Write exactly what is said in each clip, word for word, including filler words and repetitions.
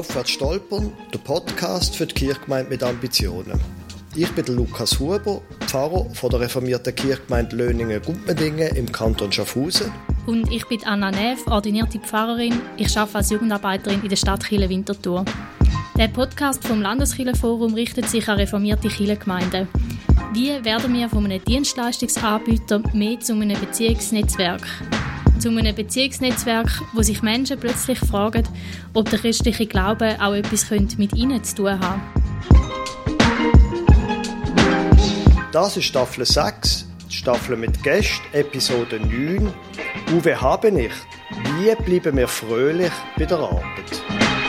«Aufwärts stolpern», der Podcast für die Kirchgemeinde mit Ambitionen. Ich bin der Lukas Huber, Pfarrer von der reformierten Kirchgemeinde Löningen-Gumpendingen im Kanton Schaffhausen. Und ich bin Anna Neff, ordinierte Pfarrerin. Ich arbeite als Jugendarbeiterin in der Stadtkirche Winterthur. Der Podcast vom Landeskirchenforum richtet sich an reformierte Kirchengemeinden. Wie werden wir von einem Dienstleistungsanbieter mehr zu einem Beziehungsnetzwerk? Zu einem Beziehungsnetzwerk, wo sich Menschen plötzlich fragen, ob der christliche Glaube auch etwas mit ihnen zu tun haben. Das ist Staffel sechs, Staffel mit Gästen, Episode neun. Uwe Habenicht. Wie bleiben wir fröhlich bei der Arbeit?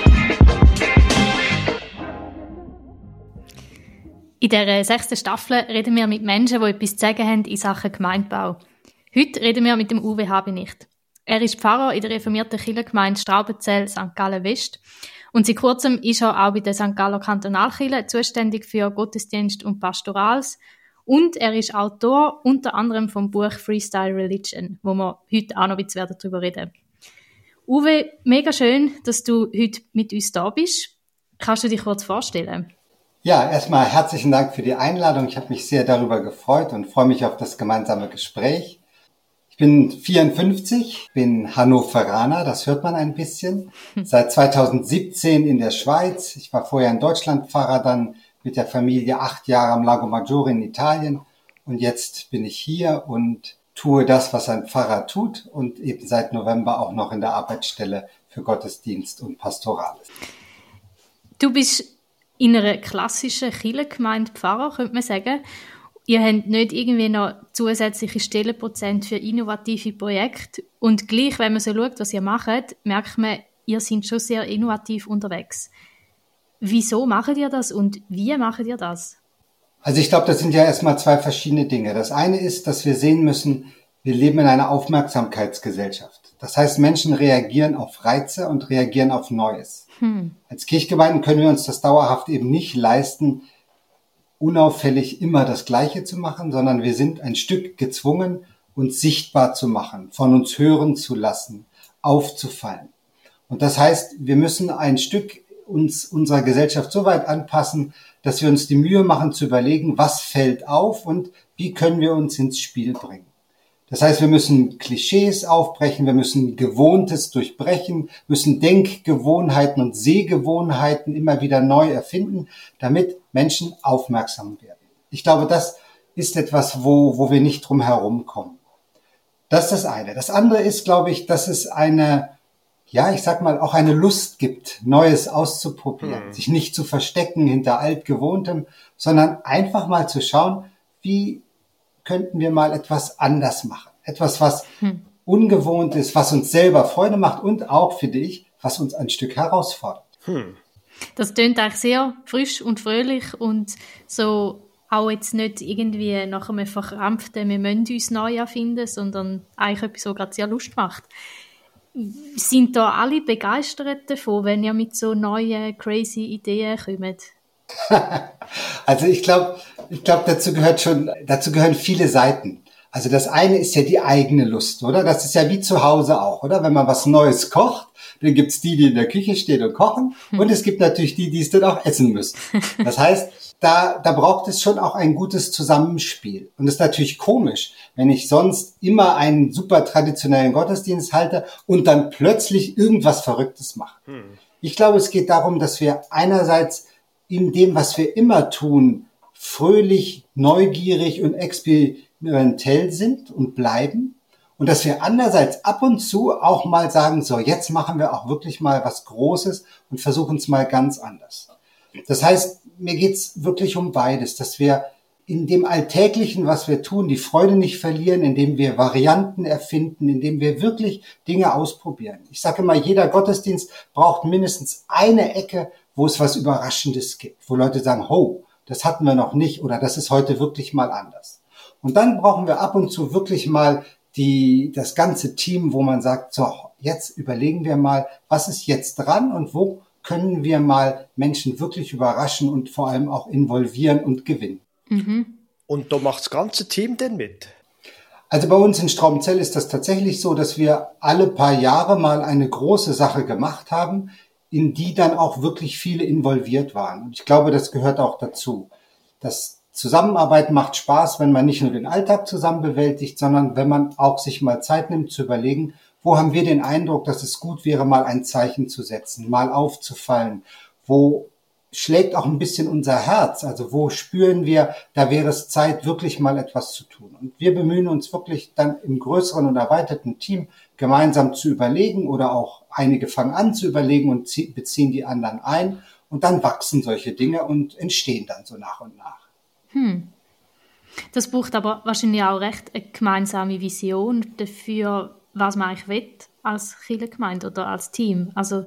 In dieser sechsten Staffel reden wir mit Menschen, die etwas zu sagen haben in Sachen Gemeindebau. Heute reden wir mit dem Uwe Habenicht. Er ist Pfarrer in der reformierten Kirchengemeinde Straubenzell Sankt Gallen West und seit kurzem ist er auch bei der Sankt Galler Kantonalkirche zuständig für Gottesdienst und Pastorals und er ist Autor unter anderem vom Buch Freestyle Religion, wo wir heute auch noch ein bisschen darüber reden. Uwe, mega schön, dass du heute mit uns da bist. Kannst du dich kurz vorstellen? Ja, erstmal herzlichen Dank für die Einladung. Ich habe mich sehr darüber gefreut und freue mich auf das gemeinsame Gespräch. Ich bin vierundfünfzig, bin Hannoveraner, das hört man ein bisschen. Seit zweitausendsiebzehn in der Schweiz. Ich war vorher in Deutschland Pfarrer, dann mit der Familie acht Jahre am Lago Maggiore in Italien. Und jetzt bin ich hier und tue das, was ein Pfarrer tut und eben seit November auch noch in der Arbeitsstelle für Gottesdienst und Pastorales. Du bist in einer klassischen Kirchengemeinde Pfarrer, könnte man sagen. Ihr habt nicht irgendwie noch zusätzliche Stellenprozent für innovative Projekte. Und gleich, wenn man so schaut, was ihr macht, merkt man, ihr seid schon sehr innovativ unterwegs. Wieso macht ihr das und wie macht ihr das? Also ich glaube, das sind ja erstmal zwei verschiedene Dinge. Das eine ist, dass wir sehen müssen, wir leben in einer Aufmerksamkeitsgesellschaft. Das heißt, Menschen reagieren auf Reize und reagieren auf Neues. Hm. Als Kirchgemeinden können wir uns das dauerhaft eben nicht leisten, unauffällig immer das Gleiche zu machen, sondern wir sind ein Stück gezwungen, uns sichtbar zu machen, von uns hören zu lassen, aufzufallen. Und das heißt, wir müssen ein Stück uns unserer Gesellschaft so weit anpassen, dass wir uns die Mühe machen zu überlegen, was fällt auf und wie können wir uns ins Spiel bringen. Das heißt, wir müssen Klischees aufbrechen, wir müssen Gewohntes durchbrechen, müssen Denkgewohnheiten und Sehgewohnheiten immer wieder neu erfinden, damit Menschen aufmerksam werden. Ich glaube, das ist etwas, wo, wo wir nicht drum herum kommen. Das ist das eine. Das andere ist, glaube ich, dass es eine, ja, ich sag mal, auch eine Lust gibt, Neues auszuprobieren, mhm. sich nicht zu verstecken hinter Altgewohntem, sondern einfach mal zu schauen, wie könnten wir mal etwas anders machen. Etwas, was hm. ungewohnt ist, was uns selber Freude macht und auch, finde ich, was uns ein Stück herausfordert. Hm. Das tönt eigentlich sehr frisch und fröhlich und so auch jetzt nicht irgendwie nach einem verkrampften, wir müssen uns neu erfinden, sondern eigentlich etwas, was gerade sehr Lust macht. Sind da alle begeistert davon, wenn ihr mit so neuen, crazy Ideen kommt? Also ich glaube, ich glaube, dazu gehört schon, dazu gehören viele Seiten. Also das eine ist ja die eigene Lust, oder? Das ist ja wie zu Hause auch, oder? Wenn man was Neues kocht, dann gibt's die, die in der Küche stehen und kochen, und es gibt natürlich die, die es dann auch essen müssen. Das heißt, da, da braucht es schon auch ein gutes Zusammenspiel. Und das ist natürlich komisch, wenn ich sonst immer einen super traditionellen Gottesdienst halte und dann plötzlich irgendwas Verrücktes mache. Hm. Ich glaube, es geht darum, dass wir einerseits in dem, was wir immer tun, fröhlich, neugierig und experimentell sind und bleiben. Und dass wir andererseits ab und zu auch mal sagen, so, jetzt machen wir auch wirklich mal was Großes und versuchen es mal ganz anders. Das heißt, mir geht's wirklich um beides, dass wir in dem Alltäglichen, was wir tun, die Freude nicht verlieren, indem wir Varianten erfinden, indem wir wirklich Dinge ausprobieren. Ich sage immer, jeder Gottesdienst braucht mindestens eine Ecke, wo es was Überraschendes gibt, wo Leute sagen, ho, das hatten wir noch nicht oder das ist heute wirklich mal anders. Und dann brauchen wir ab und zu wirklich mal die, das ganze Team, wo man sagt, so, jetzt überlegen wir mal, was ist jetzt dran und wo können wir mal Menschen wirklich überraschen und vor allem auch involvieren und gewinnen. Mhm. Und da macht das ganze Team denn mit? Also bei uns in Straubenzell ist das tatsächlich so, dass wir alle paar Jahre mal eine große Sache gemacht haben, in die dann auch wirklich viele involviert waren. Und ich glaube, das gehört auch dazu. Das Zusammenarbeit macht Spaß, wenn man nicht nur den Alltag zusammen bewältigt, sondern wenn man auch sich mal Zeit nimmt zu überlegen, wo haben wir den Eindruck, dass es gut wäre, mal ein Zeichen zu setzen, mal aufzufallen, wo schlägt auch ein bisschen unser Herz, also wo spüren wir, da wäre es Zeit, wirklich mal etwas zu tun. Und wir bemühen uns wirklich dann im größeren und erweiterten Team gemeinsam zu überlegen oder auch einige fangen an zu überlegen und beziehen die anderen ein und dann wachsen solche Dinge und entstehen dann so nach und nach. Hm. Das braucht aber wahrscheinlich auch recht eine gemeinsame Vision dafür, was man eigentlich will als Kirchengemeinde oder als Team. Also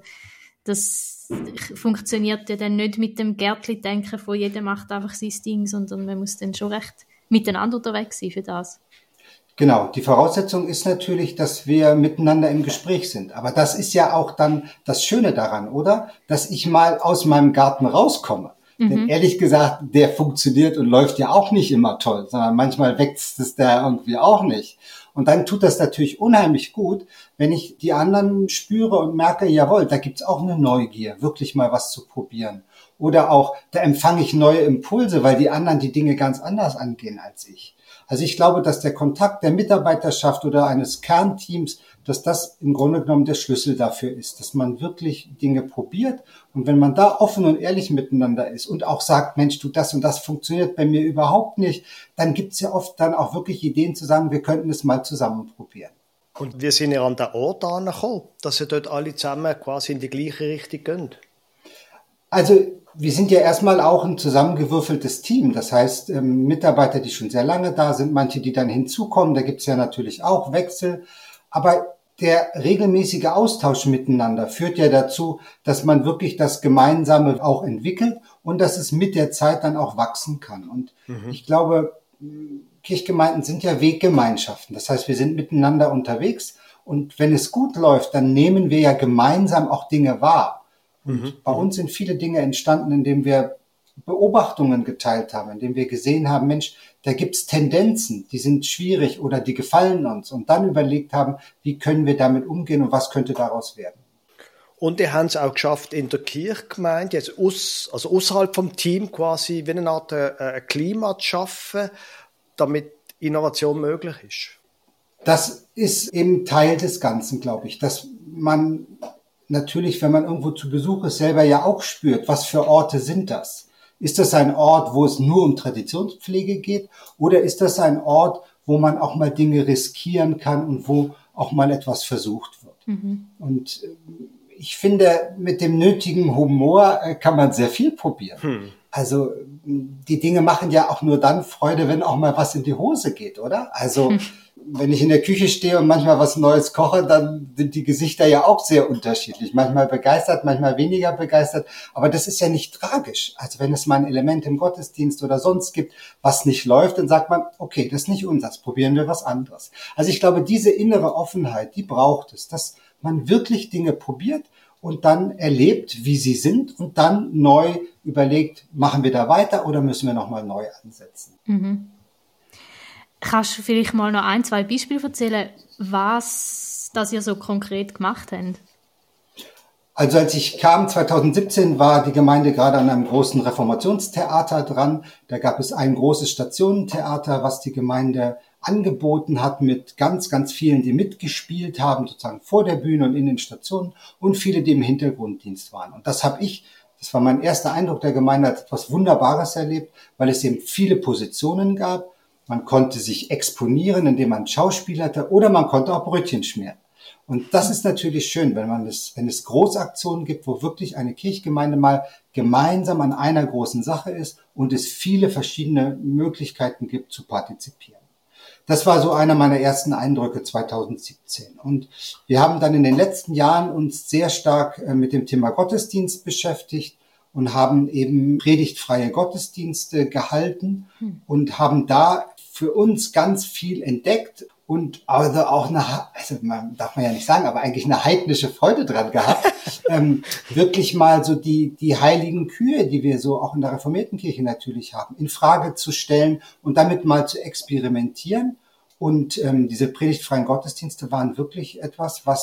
das funktioniert ja dann nicht mit dem Gärtli-Denken von jeder macht einfach sein Ding, sondern man muss dann schon recht miteinander unterwegs sein für das. Genau, die Voraussetzung ist natürlich, dass wir miteinander im Gespräch sind. Aber das ist ja auch dann das Schöne daran, oder? Dass ich mal aus meinem Garten rauskomme. Mhm. Denn ehrlich gesagt, der funktioniert und läuft ja auch nicht immer toll, sondern manchmal wächst es da irgendwie auch nicht. Und dann tut das natürlich unheimlich gut, wenn ich die anderen spüre und merke, jawohl, da gibt's auch eine Neugier, wirklich mal was zu probieren. Oder auch, da empfange ich neue Impulse, weil die anderen die Dinge ganz anders angehen als ich. Also ich glaube, dass der Kontakt der Mitarbeiterschaft oder eines Kernteams, dass das im Grunde genommen der Schlüssel dafür ist, dass man wirklich Dinge probiert. Und wenn man da offen und ehrlich miteinander ist und auch sagt, Mensch, du, das und das funktioniert bei mir überhaupt nicht, dann gibt's ja oft dann auch wirklich Ideen zu sagen, wir könnten es mal zusammen probieren. Und wir sind ja an den Ort angekommen, dass sie dort alle zusammen quasi in die gleiche Richtung gehen. Also wir sind ja erstmal auch ein zusammengewürfeltes Team. Das heißt, ähm, Mitarbeiter, die schon sehr lange da sind, manche, die dann hinzukommen. Da gibt's ja natürlich auch Wechsel. Aber der regelmäßige Austausch miteinander führt ja dazu, dass man wirklich das Gemeinsame auch entwickelt und dass es mit der Zeit dann auch wachsen kann. Und mhm. ich glaube, Kirchgemeinden sind ja Weggemeinschaften. Das heißt, wir sind miteinander unterwegs. Und wenn es gut läuft, dann nehmen wir ja gemeinsam auch Dinge wahr. Und mhm. bei uns sind viele Dinge entstanden, indem wir Beobachtungen geteilt haben, indem wir gesehen haben, Mensch, da gibt's Tendenzen, die sind schwierig oder die gefallen uns. Und dann überlegt haben, wie können wir damit umgehen und was könnte daraus werden. Und die haben es auch geschafft, in der Kirchgemeinde, jetzt aus, also außerhalb vom Team quasi, wie eine Art äh, Klima zu schaffen, damit Innovation möglich ist. Das ist eben Teil des Ganzen, glaube ich, dass man natürlich, wenn man irgendwo zu Besuch ist, selber ja auch spürt, was für Orte sind das? Ist das ein Ort, wo es nur um Traditionspflege geht? Oder ist das ein Ort, wo man auch mal Dinge riskieren kann und wo auch mal etwas versucht wird? Mhm. Und ich finde, mit dem nötigen Humor kann man sehr viel probieren. Hm. Also die Dinge machen ja auch nur dann Freude, wenn auch mal was in die Hose geht, oder? Also hm. wenn ich in der Küche stehe und manchmal was Neues koche, dann sind die Gesichter ja auch sehr unterschiedlich. Manchmal begeistert, manchmal weniger begeistert. Aber das ist ja nicht tragisch. Also wenn es mal ein Element im Gottesdienst oder sonst gibt, was nicht läuft, dann sagt man, okay, das ist nicht unseres, probieren wir was anderes. Also ich glaube, diese innere Offenheit, die braucht es, dass man wirklich Dinge probiert und dann erlebt, wie sie sind und dann neu überlegt, machen wir da weiter oder müssen wir nochmal neu ansetzen. Mhm. Kannst du vielleicht mal noch ein, zwei Beispiele erzählen, was das ihr so konkret gemacht habt? Also als ich kam, zwanzig siebzehn, war die Gemeinde gerade an einem großen Reformationstheater dran. Da gab es ein großes Stationentheater, was die Gemeinde angeboten hat mit ganz, ganz vielen, die mitgespielt haben, sozusagen vor der Bühne und in den Stationen und viele, die im Hintergrunddienst waren. Und das habe ich, das war mein erster Eindruck der Gemeinde, als etwas Wunderbares erlebt, weil es eben viele Positionen gab. Man konnte sich exponieren, indem man schauspielerte oder man konnte auch Brötchen schmieren. Und das ist natürlich schön, wenn man das, wenn es Großaktionen gibt, wo wirklich eine Kirchgemeinde mal gemeinsam an einer großen Sache ist und es viele verschiedene Möglichkeiten gibt zu partizipieren. Das war so einer meiner ersten Eindrücke zwanzig siebzehn. Und wir haben dann in den letzten Jahren uns sehr stark mit dem Thema Gottesdienst beschäftigt und haben eben predigtfreie Gottesdienste gehalten und haben da für uns ganz viel entdeckt und also auch eine, also man darf man ja nicht sagen, aber eigentlich eine heidnische Freude dran gehabt, ähm, wirklich mal so die die heiligen Kühe, die wir so auch in der reformierten Kirche natürlich haben, in Frage zu stellen und damit mal zu experimentieren. Und ähm, diese predigtfreien Gottesdienste waren wirklich etwas, was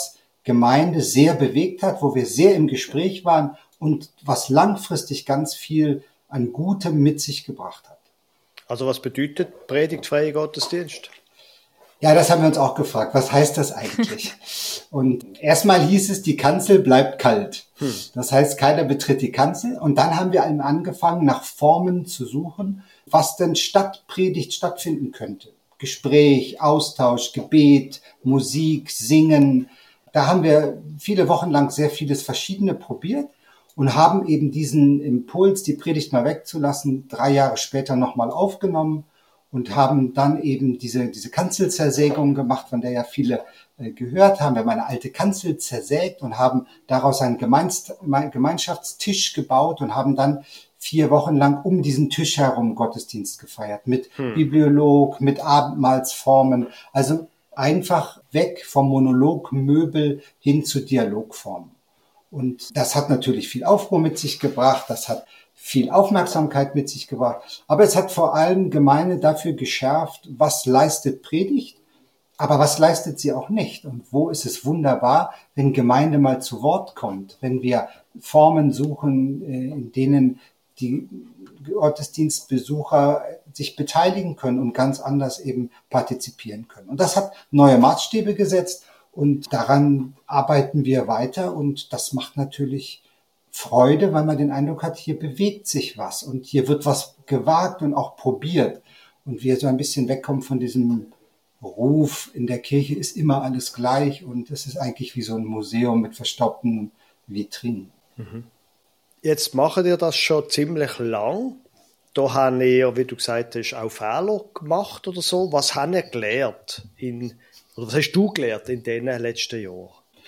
Gemeinde sehr bewegt hat, wo wir sehr im Gespräch waren und was langfristig ganz viel an Gutem mit sich gebracht hat. Also was bedeutet predigtfreier Gottesdienst? Ja, das haben wir uns auch gefragt. Was heißt das eigentlich? Und erstmal hieß es, die Kanzel bleibt kalt. Hm. Das heißt, keiner betritt die Kanzel. Und dann haben wir angefangen, nach Formen zu suchen, was denn statt Predigt stattfinden könnte. Gespräch, Austausch, Gebet, Musik, Singen. Da haben wir viele Wochen lang sehr vieles Verschiedene probiert und haben eben diesen Impuls, die Predigt mal wegzulassen, drei Jahre später nochmal aufgenommen und haben dann eben diese, diese Kanzelzersägung gemacht, von der ja viele äh, gehört haben. Wir haben eine alte Kanzel zersägt und haben daraus einen Gemeinst, Gemeinschaftstisch gebaut und haben dann vier Wochen lang um diesen Tisch herum Gottesdienst gefeiert. Mit hm. Bibliolog, mit Abendmahlsformen. Also einfach weg vom Monologmöbel hin zu Dialogformen. Und das hat natürlich viel Aufruhr mit sich gebracht. Das hat viel Aufmerksamkeit mit sich gebracht. Aber es hat vor allem Gemeinde dafür geschärft, was leistet Predigt, aber was leistet sie auch nicht. Und wo ist es wunderbar, wenn Gemeinde mal zu Wort kommt, wenn wir Formen suchen, in denen die Gottesdienstbesucher sich beteiligen können und ganz anders eben partizipieren können. Und das hat neue Maßstäbe gesetzt und daran arbeiten wir weiter und das macht natürlich Freude, weil man den Eindruck hat, hier bewegt sich was und hier wird was gewagt und auch probiert. Und wir so ein bisschen wegkommen von diesem Ruf, in der Kirche ist immer alles gleich und es ist eigentlich wie so ein Museum mit verstaubten Vitrinen. Mhm. Jetzt machen ihr das schon ziemlich lang. Da haben ihr, wie du gesagt hast, auch Fehler gemacht oder so. Was haben ihr gelernt in, oder was hast du gelernt in den letzten Jahren?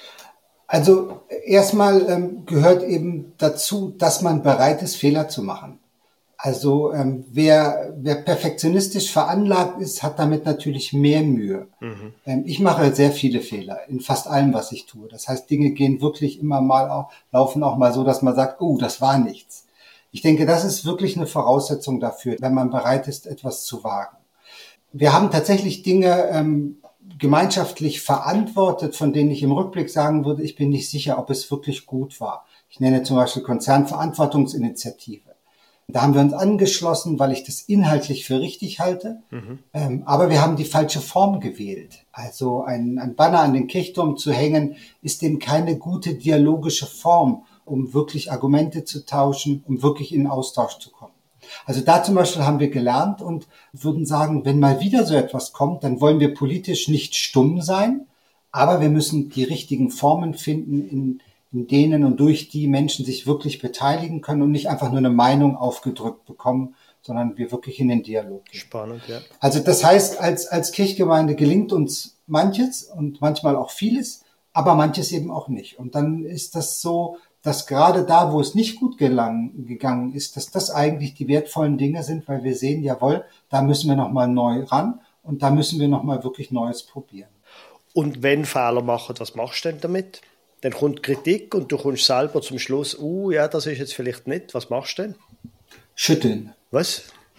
Also erstmal ähm, gehört eben dazu, dass man bereit ist, Fehler zu machen. Also ähm, wer, wer perfektionistisch veranlagt ist, hat damit natürlich mehr Mühe. Mhm. Ähm, ich mache sehr viele Fehler in fast allem, was ich tue. Das heißt, Dinge gehen wirklich immer mal, auch, laufen auch mal so, dass man sagt, oh, das war nichts. Ich denke, das ist wirklich eine Voraussetzung dafür, wenn man bereit ist, etwas zu wagen. Wir haben tatsächlich Dinge ähm, gemeinschaftlich verantwortet, von denen ich im Rückblick sagen würde, ich bin nicht sicher, ob es wirklich gut war. Ich nenne zum Beispiel Konzernverantwortungsinitiative. Da haben wir uns angeschlossen, weil ich das inhaltlich für richtig halte. Mhm. Ähm, aber wir haben die falsche Form gewählt. Also ein, ein Banner an den Kirchturm zu hängen, ist eben keine gute dialogische Form, um wirklich Argumente zu tauschen, um wirklich in den Austausch zu kommen. Also da zum Beispiel haben wir gelernt und würden sagen, wenn mal wieder so etwas kommt, dann wollen wir politisch nicht stumm sein, aber wir müssen die richtigen Formen finden, in in denen und durch die Menschen sich wirklich beteiligen können und nicht einfach nur eine Meinung aufgedrückt bekommen, sondern wir wirklich in den Dialog gehen. Spannend, ja. Also das heißt, als, als Kirchgemeinde gelingt uns manches und manchmal auch vieles, aber manches eben auch nicht. Und dann ist das so, dass gerade da, wo es nicht gut gelang, gegangen ist, dass das eigentlich die wertvollen Dinge sind, weil wir sehen, jawohl, da müssen wir nochmal neu ran und da müssen wir nochmal wirklich Neues probieren. Und wenn Fehler machen, was machst du denn damit? Dann kommt Kritik und du kommst selber zum Schluss, uh, ja, das ist jetzt vielleicht nicht. Was machst du denn? Schütteln. Was?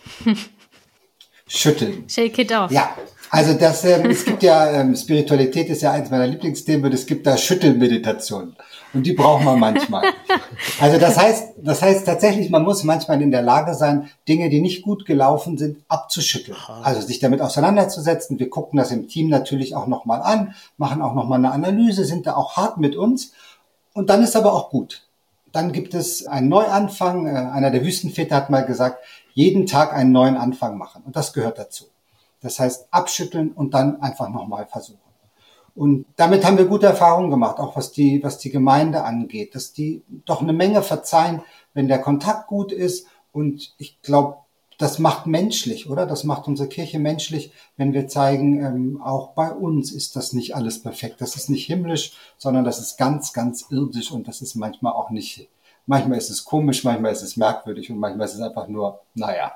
Schütteln. Shake it off. Ja, also das, ähm, es gibt ja, ähm, Spiritualität ist ja eins meiner Lieblingsthemen und es gibt da Schüttelmeditationen. Und die braucht man manchmal. Also das heißt, das heißt tatsächlich, man muss manchmal in der Lage sein, Dinge, die nicht gut gelaufen sind, abzuschütteln. Also sich damit auseinanderzusetzen. Wir gucken das im Team natürlich auch nochmal an, machen auch nochmal eine Analyse, sind da auch hart mit uns. Und dann ist aber auch gut. Dann gibt es einen Neuanfang. Einer der Wüstenväter hat mal gesagt, jeden Tag einen neuen Anfang machen. Und das gehört dazu. Das heißt, abschütteln und dann einfach nochmal versuchen. Und damit haben wir gute Erfahrungen gemacht, auch was die, was die Gemeinde angeht, dass die doch eine Menge verzeihen, wenn der Kontakt gut ist. Und ich glaube, das macht menschlich, oder? Das macht unsere Kirche menschlich, wenn wir zeigen, ähm, auch bei uns ist das nicht alles perfekt. Das ist nicht himmlisch, sondern das ist ganz, ganz irdisch und das ist manchmal auch nicht, manchmal ist es komisch, manchmal ist es merkwürdig und manchmal ist es einfach nur, naja.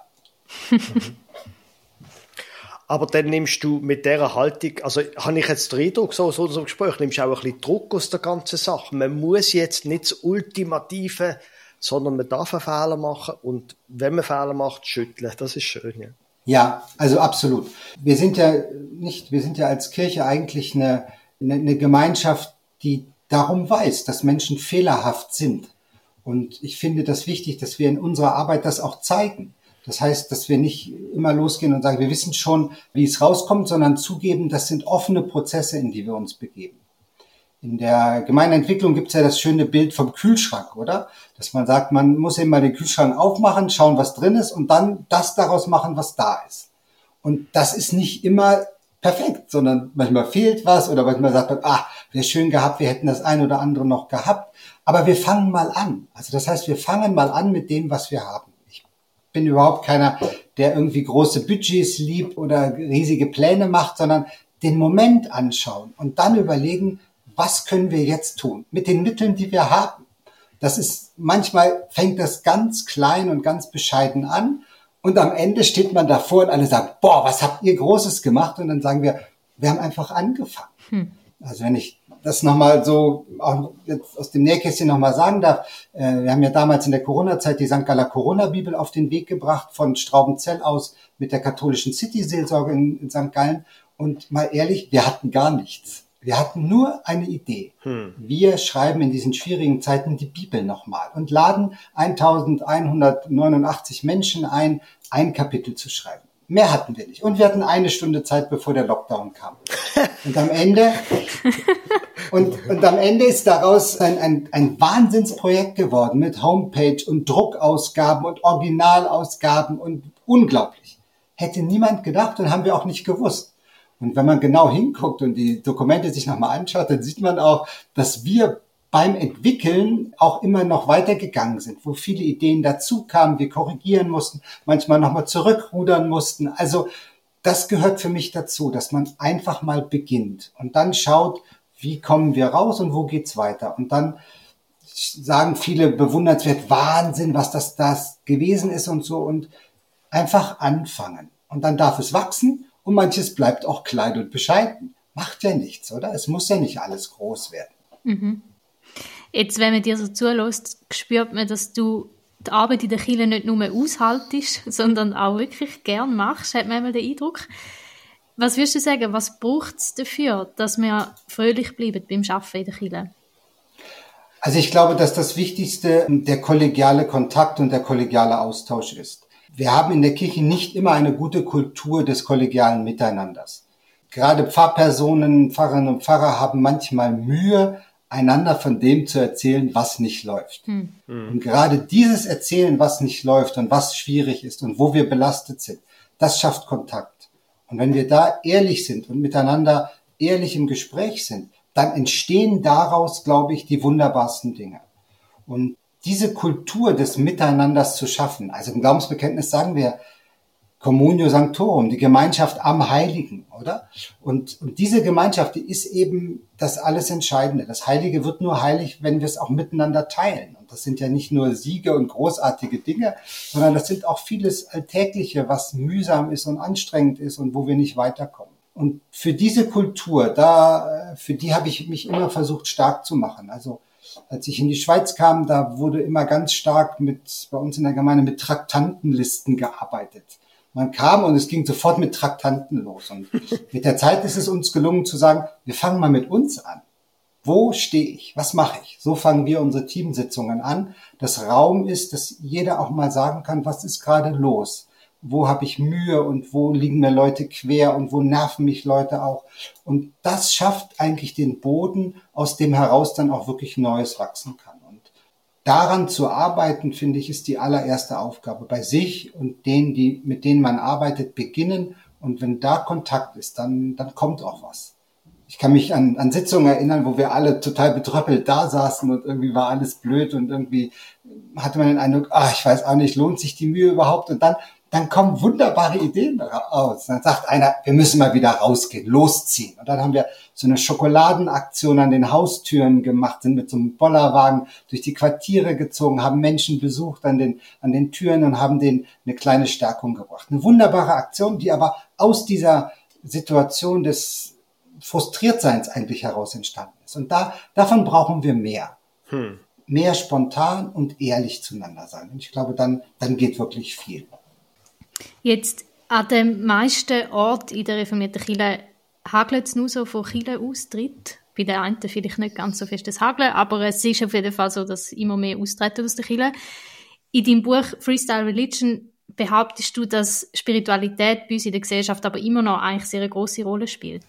Aber dann nimmst du mit dieser Haltung, also habe ich jetzt den Eindruck, so aus unserem Gespräch, nimmst du auch ein bisschen Druck aus der ganzen Sache. Man muss jetzt nicht das Ultimative, sondern man darf einen Fehler machen und wenn man Fehler macht, schütteln. Das ist schön, ja. Ja, also absolut. Wir sind ja nicht, wir sind ja als Kirche eigentlich eine, eine, eine Gemeinschaft, die darum weiß, dass Menschen fehlerhaft sind. Und ich finde das wichtig, dass wir in unserer Arbeit das auch zeigen. Das heißt, dass wir nicht immer losgehen und sagen, wir wissen schon, wie es rauskommt, sondern zugeben, das sind offene Prozesse, in die wir uns begeben. In der Gemeindeentwicklung gibt es ja das schöne Bild vom Kühlschrank, oder? Dass man sagt, man muss eben mal den Kühlschrank aufmachen, schauen, was drin ist und dann das daraus machen, was da ist. Und das ist nicht immer perfekt, sondern manchmal fehlt was oder manchmal sagt man, ah, wäre schön gehabt, wir hätten das ein oder andere noch gehabt. Aber wir fangen mal an. Also das heißt, wir fangen mal an mit dem, was wir haben. Ich bin überhaupt keiner, der irgendwie große Budgets liebt oder riesige Pläne macht, sondern den Moment anschauen und dann überlegen, was können wir jetzt tun mit den Mitteln, die wir haben. Das ist, manchmal fängt das ganz klein und ganz bescheiden an und am Ende steht man davor und alle sagen, boah, was habt ihr Großes gemacht? Und dann sagen wir, wir haben einfach angefangen. Hm. Also wenn ich das nochmal so auch jetzt aus dem Nähkästchen nochmal sagen darf, äh, wir haben ja damals in der Corona-Zeit die Sankt Galler Corona-Bibel auf den Weg gebracht, von Straubenzell aus mit der katholischen City-Seelsorge in, in Sankt Gallen. Und mal ehrlich, wir hatten gar nichts. Wir hatten nur eine Idee. Hm. Wir schreiben in diesen schwierigen Zeiten die Bibel nochmal und laden eintausendeinhundertneunundachtzig Menschen ein, ein Kapitel zu schreiben. Mehr hatten wir nicht. Und wir hatten eine Stunde Zeit, bevor der Lockdown kam. Und am Ende, und, und am Ende ist daraus ein, ein, ein Wahnsinnsprojekt geworden mit Homepage und Druckausgaben und Originalausgaben und unglaublich. Hätte niemand gedacht und haben wir auch nicht gewusst. Und wenn man genau hinguckt und die Dokumente sich nochmal anschaut, dann sieht man auch, dass wir beim Entwickeln auch immer noch weitergegangen sind, wo viele Ideen dazu kamen, wir korrigieren mussten, manchmal nochmal zurückrudern mussten. Also das gehört für mich dazu, dass man einfach mal beginnt und dann schaut, wie kommen wir raus und wo geht's weiter. Und dann sagen viele bewundernswert, Wahnsinn, was das, das gewesen ist und so und einfach anfangen. Und dann darf es wachsen. Und manches bleibt auch klein und bescheiden. Macht ja nichts, oder? Es muss ja nicht alles groß werden. Mhm. Jetzt, wenn man dir so zulässt, spürt man, dass du die Arbeit in der Kirche nicht nur aushaltest, sondern auch wirklich gern machst, hat man einmal den Eindruck. Was würdest du sagen, was braucht es dafür, dass wir fröhlich bleiben beim Arbeiten in der Kirche? Also ich glaube, dass das Wichtigste der kollegiale Kontakt und der kollegiale Austausch ist. Wir haben in der Kirche nicht immer eine gute Kultur des kollegialen Miteinanders. Gerade Pfarrpersonen, Pfarrerinnen und Pfarrer haben manchmal Mühe, einander von dem zu erzählen, was nicht läuft. Hm. Und gerade dieses Erzählen, was nicht läuft und was schwierig ist und wo wir belastet sind, das schafft Kontakt. Und wenn wir da ehrlich sind und miteinander ehrlich im Gespräch sind, dann entstehen daraus, glaube ich, die wunderbarsten Dinge. Und diese Kultur des Miteinanders zu schaffen. Also im Glaubensbekenntnis sagen wir Communio Sanctorum, die Gemeinschaft am Heiligen, oder? Und, und diese Gemeinschaft, die ist eben das alles Entscheidende. Das Heilige wird nur heilig, wenn wir es auch miteinander teilen. Und das sind ja nicht nur Siege und großartige Dinge, sondern das sind auch vieles Alltägliche, was mühsam ist und anstrengend ist und wo wir nicht weiterkommen. Und für diese Kultur, da, für die habe ich mich immer versucht, stark zu machen. Also als ich in die Schweiz kam, da wurde immer ganz stark mit bei uns in der Gemeinde mit Traktantenlisten gearbeitet. Man kam und es ging sofort mit Traktanten los. Und mit der Zeit ist es uns gelungen zu sagen, wir fangen mal mit uns an. Wo stehe ich? Was mache ich? So fangen wir unsere Teamsitzungen an. Das Raum ist, dass jeder auch mal sagen kann, was ist gerade los? Wo habe ich Mühe und wo liegen mir Leute quer und wo nerven mich Leute auch? Und das schafft eigentlich den Boden, aus dem heraus dann auch wirklich Neues wachsen kann. Und daran zu arbeiten, finde ich, ist die allererste Aufgabe. Bei sich und denen, die, mit denen man arbeitet, beginnen. Und wenn da Kontakt ist, dann, dann kommt auch was. Ich kann mich an, an Sitzungen erinnern, wo wir alle total betröppelt da saßen und irgendwie war alles blöd und irgendwie hatte man den Eindruck, ah, ich weiß auch nicht, lohnt sich die Mühe überhaupt? Und dann Dann kommen wunderbare Ideen raus. Dann sagt einer, wir müssen mal wieder rausgehen, losziehen. Und dann haben wir so eine Schokoladenaktion an den Haustüren gemacht, sind mit so einem Bollerwagen durch die Quartiere gezogen, haben Menschen besucht an den, an den Türen und haben denen eine kleine Stärkung gebracht. Eine wunderbare Aktion, die aber aus dieser Situation des Frustriertseins eigentlich heraus entstanden ist. Und da, davon brauchen wir mehr. Hm. Mehr spontan und ehrlich zueinander sein. Und ich glaube, dann, dann geht wirklich viel. Jetzt an den meisten Orten in der reformierten Kirche hagelt es nur so von Kirchenaustritt bei den einen vielleicht nicht ganz so festes Hageln, aber es ist auf jeden Fall so, dass immer mehr austreten aus der Kirche. In deinem Buch Freestyle Religion behauptest du, dass Spiritualität bei uns in der Gesellschaft aber immer noch eigentlich sehr eine grosse Rolle spielt.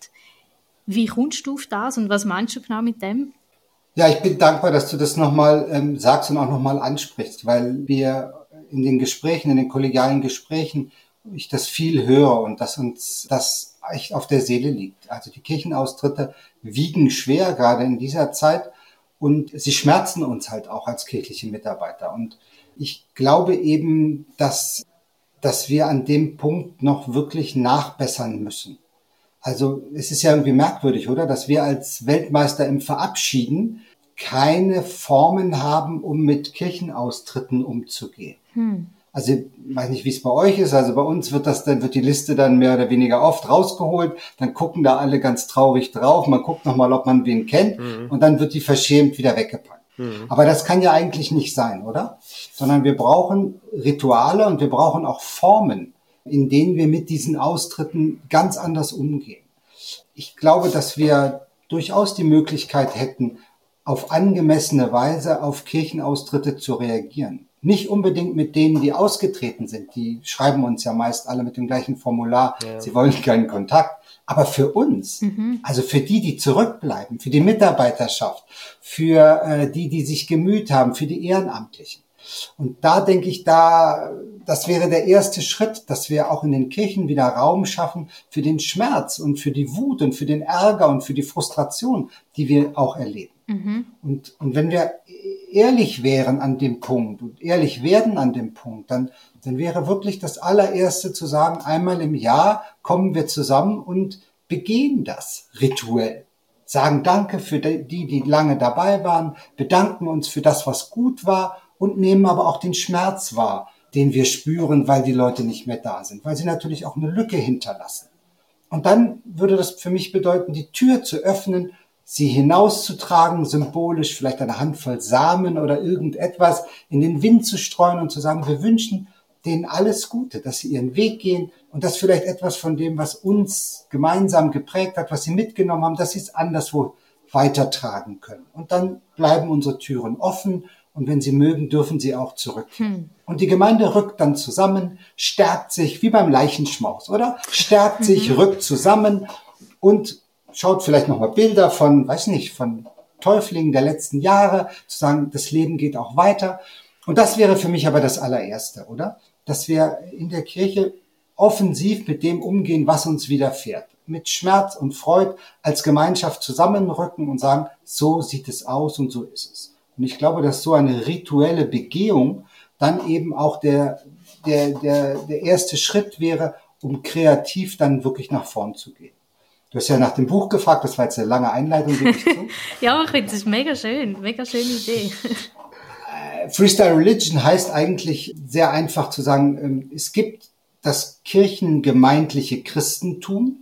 Wie kommst du auf das und was meinst du genau mit dem? Ja, ich bin dankbar, dass du das nochmal ähm, sagst und auch nochmal ansprichst, weil wir in den Gesprächen, in den kollegialen Gesprächen, ich das viel höre und dass uns das echt auf der Seele liegt. Also die Kirchenaustritte wiegen schwer, gerade in dieser Zeit, und sie schmerzen uns halt auch als kirchliche Mitarbeiter. Und ich glaube eben, dass, dass wir an dem Punkt noch wirklich nachbessern müssen. Also es ist ja irgendwie merkwürdig, oder? Dass wir als Weltmeister im Verabschieden keine Formen haben, um mit Kirchenaustritten umzugehen. Hm. Also ich weiß nicht, wie es bei euch ist. Also bei uns wird das dann, wird die Liste dann mehr oder weniger oft rausgeholt. Dann gucken da alle ganz traurig drauf. Man guckt nochmal, ob man wen kennt. Mhm. Und dann wird die verschämt wieder weggepackt. Mhm. Aber das kann ja eigentlich nicht sein, oder? Sondern wir brauchen Rituale und wir brauchen auch Formen, in denen wir mit diesen Austritten ganz anders umgehen. Ich glaube, dass wir durchaus die Möglichkeit hätten, auf angemessene Weise auf Kirchenaustritte zu reagieren. Nicht unbedingt mit denen, die ausgetreten sind. Die schreiben uns ja meist alle mit dem gleichen Formular. Ja. Sie wollen keinen Kontakt. Aber für uns, mhm. also für die, die zurückbleiben, für die Mitarbeiterschaft, für äh, die, die sich gemüht haben, für die Ehrenamtlichen. Und da denke ich, da, das wäre der erste Schritt, dass wir auch in den Kirchen wieder Raum schaffen für den Schmerz und für die Wut und für den Ärger und für die Frustration, die wir auch erleben. Mhm. Und, und wenn wir ehrlich wären an dem Punkt und ehrlich werden an dem Punkt, dann, dann wäre wirklich das allererste zu sagen, einmal im Jahr kommen wir zusammen und begehen das rituell. Sagen Danke für die, die lange dabei waren, bedanken uns für das, was gut war und nehmen aber auch den Schmerz wahr, den wir spüren, weil die Leute nicht mehr da sind, weil sie natürlich auch eine Lücke hinterlassen. Und dann würde das für mich bedeuten, die Tür zu öffnen, sie hinauszutragen, symbolisch vielleicht eine Handvoll Samen oder irgendetwas in den Wind zu streuen und zu sagen, wir wünschen denen alles Gute, dass sie ihren Weg gehen und dass vielleicht etwas von dem, was uns gemeinsam geprägt hat, was sie mitgenommen haben, dass sie es anderswo weitertragen können. Und dann bleiben unsere Türen offen und wenn sie mögen, dürfen sie auch zurück. Hm. Und die Gemeinde rückt dann zusammen, stärkt sich, wie beim Leichenschmaus, oder? Stärkt mhm. sich, rückt zusammen und schaut vielleicht nochmal Bilder von, weiß nicht, von Täuflingen der letzten Jahre, zu sagen, das Leben geht auch weiter. Und das wäre für mich aber das allererste, oder? Dass wir in der Kirche offensiv mit dem umgehen, was uns widerfährt. Mit Schmerz und Freude als Gemeinschaft zusammenrücken und sagen, so sieht es aus und so ist es. Und ich glaube, dass so eine rituelle Begehung dann eben auch der, der, der, der erste Schritt wäre, um kreativ dann wirklich nach vorn zu gehen. Du hast ja nach dem Buch gefragt, das war jetzt eine lange Einleitung. Gebe ich zu. Ja, ich finde das mega schön, mega schöne Idee. Freestyle Religion heißt eigentlich sehr einfach zu sagen, es gibt das kirchengemeindliche Christentum,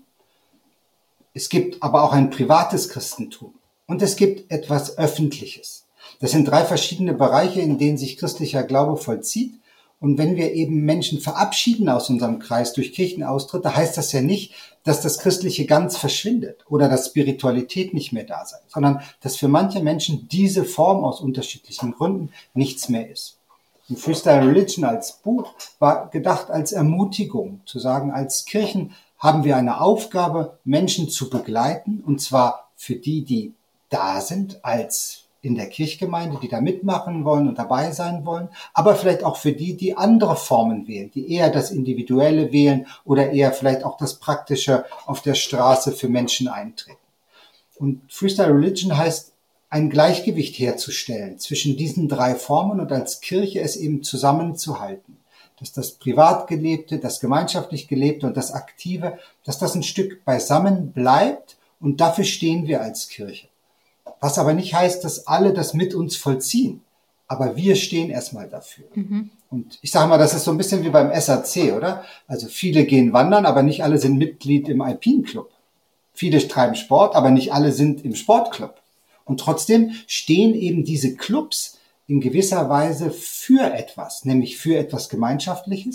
es gibt aber auch ein privates Christentum und es gibt etwas Öffentliches. Das sind drei verschiedene Bereiche, in denen sich christlicher Glaube vollzieht. Und wenn wir eben Menschen verabschieden aus unserem Kreis durch Kirchenaustritte, heißt das ja nicht, dass das Christliche ganz verschwindet oder dass Spiritualität nicht mehr da sei, sondern dass für manche Menschen diese Form aus unterschiedlichen Gründen nichts mehr ist. Und Freestyle Religion als Buch war gedacht als Ermutigung, zu sagen, als Kirchen haben wir eine Aufgabe, Menschen zu begleiten, und zwar für die, die da sind, als in der Kirchgemeinde, die da mitmachen wollen und dabei sein wollen, aber vielleicht auch für die, die andere Formen wählen, die eher das Individuelle wählen oder eher vielleicht auch das Praktische auf der Straße für Menschen eintreten. Und Freestyle Religion heißt, ein Gleichgewicht herzustellen zwischen diesen drei Formen und als Kirche es eben zusammenzuhalten. Dass das privat Gelebte, das gemeinschaftlich Gelebte und das Aktive, dass das ein Stück beisammen bleibt, und dafür stehen wir als Kirche. Was aber nicht heißt, dass alle das mit uns vollziehen. Aber wir stehen erstmal dafür. Mhm. Und ich sage mal, das ist so ein bisschen wie beim S A C, oder? Also viele gehen wandern, aber nicht alle sind Mitglied im Alpinclub. Viele treiben Sport, aber nicht alle sind im Sportclub. Und trotzdem stehen eben diese Clubs in gewisser Weise für etwas, nämlich für etwas Gemeinschaftliches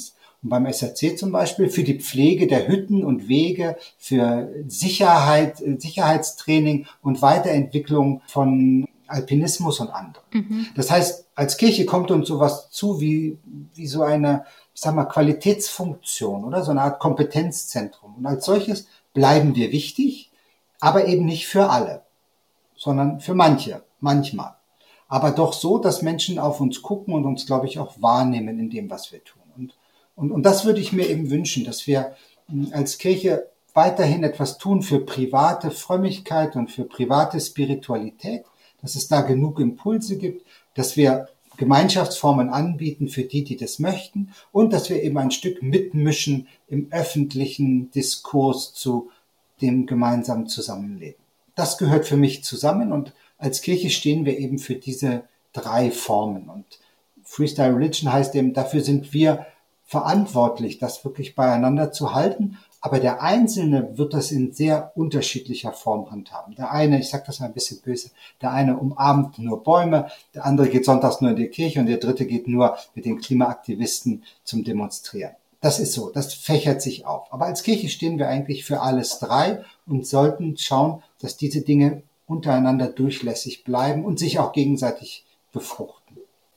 Und beim S R C zum Beispiel für die Pflege der Hütten und Wege, für Sicherheit, Sicherheitstraining und Weiterentwicklung von Alpinismus und anderem. Mhm. Das heißt, als Kirche kommt uns sowas zu wie, wie so eine, ich sag mal, Qualitätsfunktion oder so eine Art Kompetenzzentrum. Und als solches bleiben wir wichtig, aber eben nicht für alle, sondern für manche, manchmal. Aber doch so, dass Menschen auf uns gucken und uns, glaube ich, auch wahrnehmen in dem, was wir tun. Und, und, und das würde ich mir eben wünschen, dass wir als Kirche weiterhin etwas tun für private Frömmigkeit und für private Spiritualität, dass es da genug Impulse gibt, dass wir Gemeinschaftsformen anbieten für die, die das möchten und dass wir eben ein Stück mitmischen im öffentlichen Diskurs zu dem gemeinsamen Zusammenleben. Das gehört für mich zusammen und als Kirche stehen wir eben für diese drei Formen. Und Freestyle Religion heißt eben, dafür sind wir verantwortlich, das wirklich beieinander zu halten. Aber der Einzelne wird das in sehr unterschiedlicher Form handhaben. Der eine, ich sage das mal ein bisschen böse, der eine umarmt nur Bäume, der andere geht sonntags nur in die Kirche und der dritte geht nur mit den Klimaaktivisten zum Demonstrieren. Das ist so, das fächert sich auf. Aber als Kirche stehen wir eigentlich für alles drei und sollten schauen, dass diese Dinge untereinander durchlässig bleiben und sich auch gegenseitig befruchten.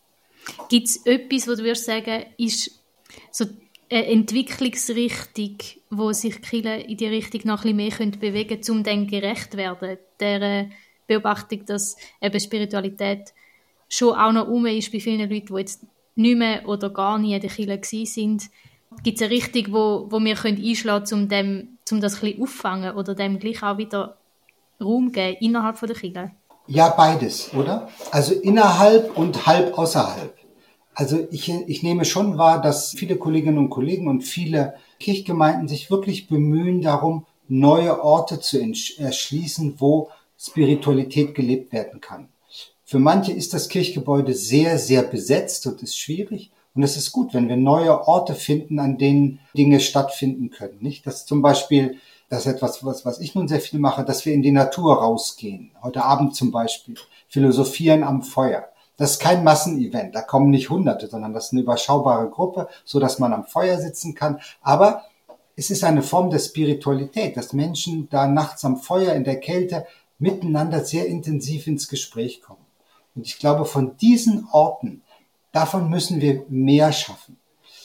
Gibt es etwas, wo du würdest sagen, ist so eine Entwicklungsrichtung, wo sich Kirche in die Richtung noch ein bisschen mehr bewegen können, um dann gerecht zu werden? Der Beobachtung, dass eben Spiritualität schon auch noch um ist bei vielen Leuten, die jetzt nicht mehr oder gar nie in der Kirche gewesen sind. Gibt es eine Richtung, wo, wo wir können einschlagen können, um, dem, um das ein bisschen auffangen oder dem gleich auch wieder Raum geben innerhalb von der Kirche? Ja, beides, oder? Also innerhalb und halb außerhalb. Also ich, ich nehme schon wahr, dass viele Kolleginnen und Kollegen und viele Kirchgemeinden sich wirklich bemühen darum, neue Orte zu erschließen, wo Spiritualität gelebt werden kann. Für manche ist das Kirchgebäude sehr, sehr besetzt und ist schwierig. Und es ist gut, wenn wir neue Orte finden, an denen Dinge stattfinden können. Nicht, dass zum Beispiel, das ist etwas, was, was ich nun sehr viel mache, dass wir in die Natur rausgehen. Heute Abend zum Beispiel philosophieren am Feuer. Das ist kein Massenevent, da kommen nicht Hunderte, sondern das ist eine überschaubare Gruppe, so dass man am Feuer sitzen kann. Aber es ist eine Form der Spiritualität, dass Menschen da nachts am Feuer in der Kälte miteinander sehr intensiv ins Gespräch kommen. Und ich glaube, von diesen Orten, davon müssen wir mehr schaffen.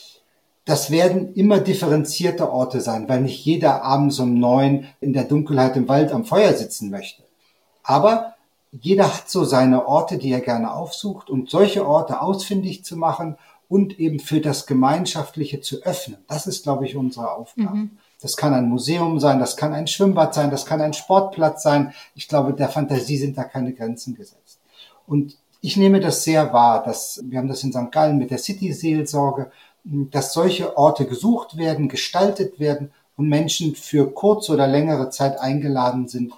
Das werden immer differenzierte Orte sein, weil nicht jeder abends um neun in der Dunkelheit im Wald am Feuer sitzen möchte. Aber jeder hat so seine Orte, die er gerne aufsucht, und solche Orte ausfindig zu machen und eben für das Gemeinschaftliche zu öffnen. Das ist, glaube ich, unsere Aufgabe. Mhm. Das kann ein Museum sein, das kann ein Schwimmbad sein, das kann ein Sportplatz sein. Ich glaube, der Fantasie sind da keine Grenzen gesetzt. Und ich nehme das sehr wahr, dass, wir haben das in Sankt Gallen mit der City-Seelsorge, dass solche Orte gesucht werden, gestaltet werden und Menschen für kurze oder längere Zeit eingeladen sind,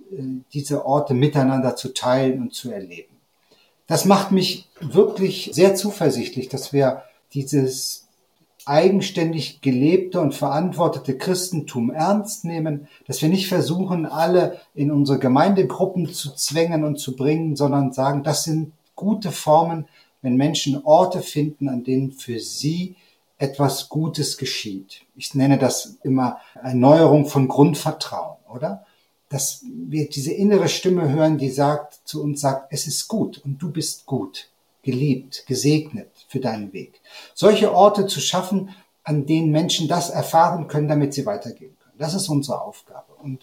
diese Orte miteinander zu teilen und zu erleben. Das macht mich wirklich sehr zuversichtlich, dass wir dieses eigenständig gelebte und verantwortete Christentum ernst nehmen, dass wir nicht versuchen, alle in unsere Gemeindegruppen zu zwängen und zu bringen, sondern sagen, das sind gute Formen, wenn Menschen Orte finden, an denen für sie etwas Gutes geschieht. Ich nenne das immer Erneuerung von Grundvertrauen, oder? Dass wir diese innere Stimme hören, die sagt, zu uns sagt, es ist gut und du bist gut, geliebt, gesegnet für deinen Weg. Solche Orte zu schaffen, an denen Menschen das erfahren können, damit sie weitergehen können. Das ist unsere Aufgabe. Und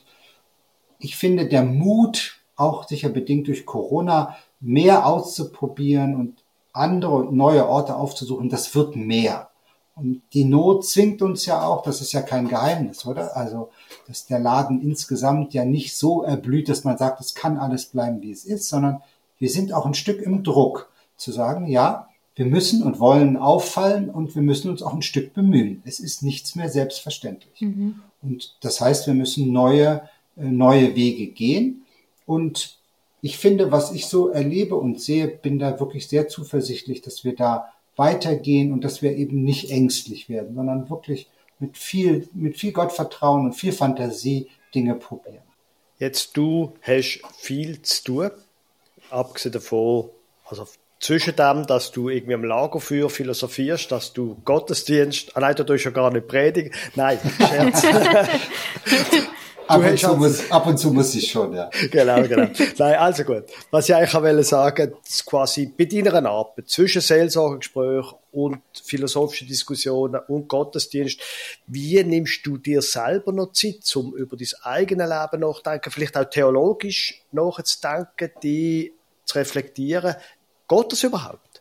ich finde, der Mut, auch sicher bedingt durch Corona, mehr auszuprobieren und andere und neue Orte aufzusuchen, das wird mehr. Und die Not zwingt uns ja auch, das ist ja kein Geheimnis, oder? Also, dass der Laden insgesamt ja nicht so erblüht, dass man sagt, es kann alles bleiben, wie es ist, sondern wir sind auch ein Stück im Druck, zu sagen, ja, wir müssen und wollen auffallen und wir müssen uns auch ein Stück bemühen. Es ist nichts mehr selbstverständlich. Mhm. Und das heißt, wir müssen neue, neue Wege gehen. Und ich finde, was ich so erlebe und sehe, bin da wirklich sehr zuversichtlich, dass wir da weitergehen und dass wir eben nicht ängstlich werden, sondern wirklich mit viel, mit viel Gottvertrauen und viel Fantasie Dinge probieren. Jetzt, du hast viel zu tun, abgesehen davon, also zwischen dem, dass du irgendwie am Lagerfeuer philosophierst, dass du Gottesdienst, ah nein, du tust ja gar nicht predigen. Nein, Scherz. ab, und zu muss, ab und zu muss ich schon, ja. Genau, genau. Nein, also gut. Was ich eigentlich auch wollte sagen, quasi bei deiner Arbeit zwischen Seelsorgegespräch und philosophischen Diskussionen und Gottesdienst, wie nimmst du dir selber noch Zeit, um über dein eigenes Leben nachzudenken, vielleicht auch theologisch nachzudenken, die zu reflektieren? Geht das überhaupt?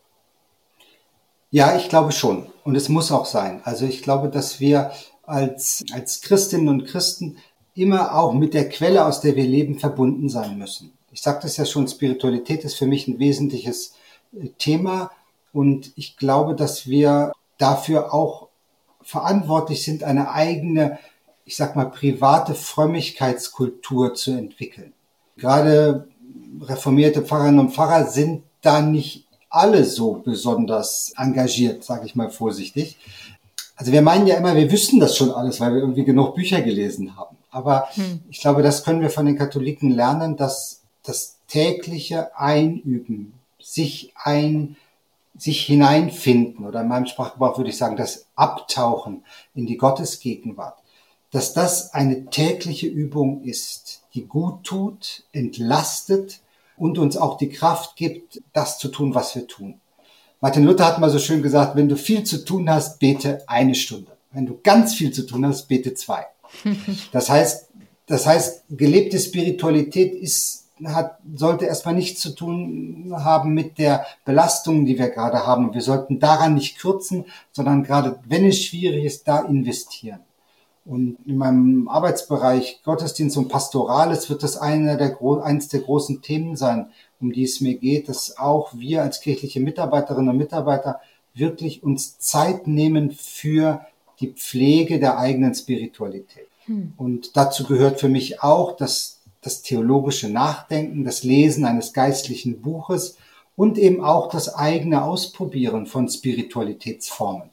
Ja, ich glaube schon. Und es muss auch sein. Also ich glaube, dass wir als, als Christinnen und Christen immer auch mit der Quelle, aus der wir leben, verbunden sein müssen. Ich sagte es ja schon, Spiritualität ist für mich ein wesentliches Thema. Und ich glaube, dass wir dafür auch verantwortlich sind, eine eigene, ich sag mal, private Frömmigkeitskultur zu entwickeln. Gerade reformierte Pfarrerinnen und Pfarrer sind da nicht alle so besonders engagiert, sage ich mal vorsichtig. Also wir meinen ja immer, wir wüssten das schon alles, weil wir irgendwie genug Bücher gelesen haben. Aber hm. ich glaube, das können wir von den Katholiken lernen, dass das tägliche Einüben, sich ein, sich hineinfinden, oder in meinem Sprachgebrauch würde ich sagen, das Abtauchen in die Gottesgegenwart, dass das eine tägliche Übung ist, die gut tut, entlastet und uns auch die Kraft gibt, das zu tun, was wir tun. Martin Luther hat mal so schön gesagt, wenn du viel zu tun hast, bete eine Stunde. Wenn du ganz viel zu tun hast, bete zwei. Das heißt, das heißt, gelebte Spiritualität ist, hat, sollte erstmal nichts zu tun haben mit der Belastung, die wir gerade haben. Wir sollten daran nicht kürzen, sondern gerade, wenn es schwierig ist, da investieren. Und in meinem Arbeitsbereich Gottesdienst und Pastorales wird das einer der, eines der großen Themen sein, um die es mir geht, dass auch wir als kirchliche Mitarbeiterinnen und Mitarbeiter wirklich uns Zeit nehmen für die Pflege der eigenen Spiritualität. Hm. Und dazu gehört für mich auch das, das theologische Nachdenken, das Lesen eines geistlichen Buches und eben auch das eigene Ausprobieren von Spiritualitätsformen.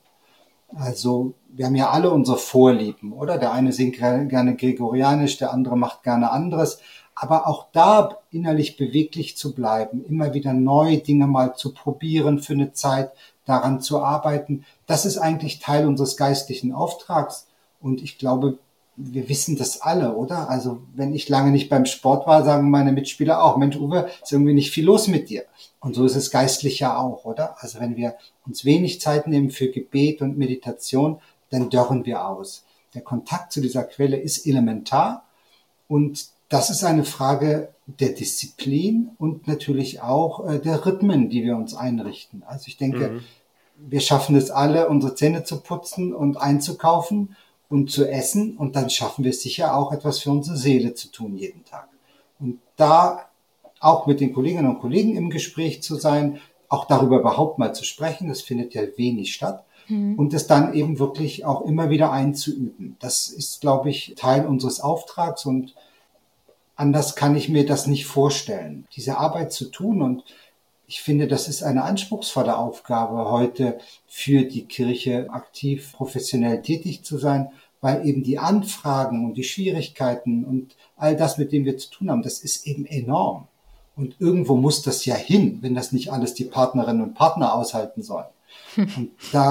Also wir haben ja alle unsere Vorlieben, oder? Der eine singt gerne gregorianisch, der andere macht gerne anderes. Aber auch da innerlich beweglich zu bleiben, immer wieder neue Dinge mal zu probieren für eine Zeit, daran zu arbeiten, das ist eigentlich Teil unseres geistlichen Auftrags. Und ich glaube, wir wissen das alle, oder? Also wenn ich lange nicht beim Sport war, sagen meine Mitspieler auch, Mensch Uwe, ist irgendwie nicht viel los mit dir. Und so ist es geistlich ja auch, oder? Also wenn wir uns wenig Zeit nehmen für Gebet und Meditation, dann dörren wir aus. Der Kontakt zu dieser Quelle ist elementar und das ist eine Frage der Disziplin und natürlich auch äh, der Rhythmen, die wir uns einrichten. Also ich denke, mhm. wir schaffen es alle, unsere Zähne zu putzen und einzukaufen und zu essen und dann schaffen wir es sicher auch, etwas für unsere Seele zu tun jeden Tag. Und da auch mit den Kolleginnen und Kollegen im Gespräch zu sein, auch darüber überhaupt mal zu sprechen, das findet ja wenig statt. Mhm. Und es dann eben wirklich auch immer wieder einzuüben. Das ist, glaube ich, Teil unseres Auftrags und anders kann ich mir das nicht vorstellen, diese Arbeit zu tun. Und ich finde, das ist eine anspruchsvolle Aufgabe, heute für die Kirche aktiv professionell tätig zu sein, weil eben die Anfragen und die Schwierigkeiten und all das, mit dem wir zu tun haben, das ist eben enorm. Und irgendwo muss das ja hin, wenn das nicht alles die Partnerinnen und Partner aushalten sollen. Und